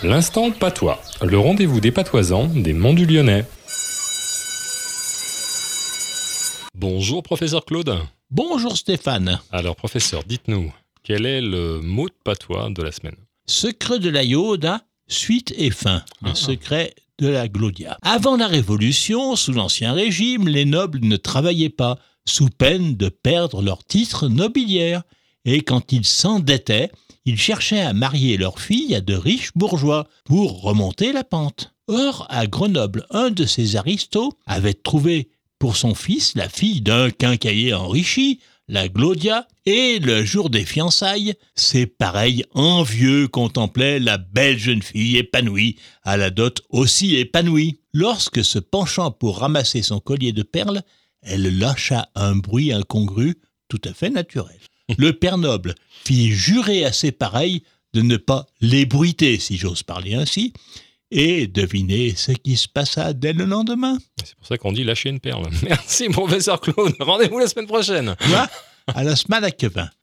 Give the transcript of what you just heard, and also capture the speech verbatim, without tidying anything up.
L'instant patois, le rendez-vous des patoisans des Monts du Lyonnais. Bonjour professeur Claude. Bonjour Stéphane. Alors professeur, dites-nous, quel est le mot de patois de la semaine ? Secret de la iode à suite et fin, le Ah. secret de la Glodia. Avant la Révolution, sous l'Ancien Régime, les nobles ne travaillaient pas, sous peine de perdre leur titre nobiliaire. Et quand ils s'endettaient, ils cherchaient à marier leur fille à de riches bourgeois pour remonter la pente. Or, à Grenoble, un de ces aristos avait trouvé pour son fils la fille d'un quincaillier enrichi, la Glodia, et le jour des fiançailles, ces pareils envieux contemplaient la belle jeune fille épanouie, à la dot aussi épanouie. Lorsque, se penchant pour ramasser son collier de perles, elle lâcha un bruit incongru tout à fait naturel. Le père noble fit jurer à ses pareils de ne pas l'ébruiter, si j'ose parler ainsi, et devinez ce qui se passa dès le lendemain. C'est pour ça qu'on dit lâcher une perle. Merci professeur Claude, rendez-vous la semaine prochaine. Quoi ? À la semaine à Quevin.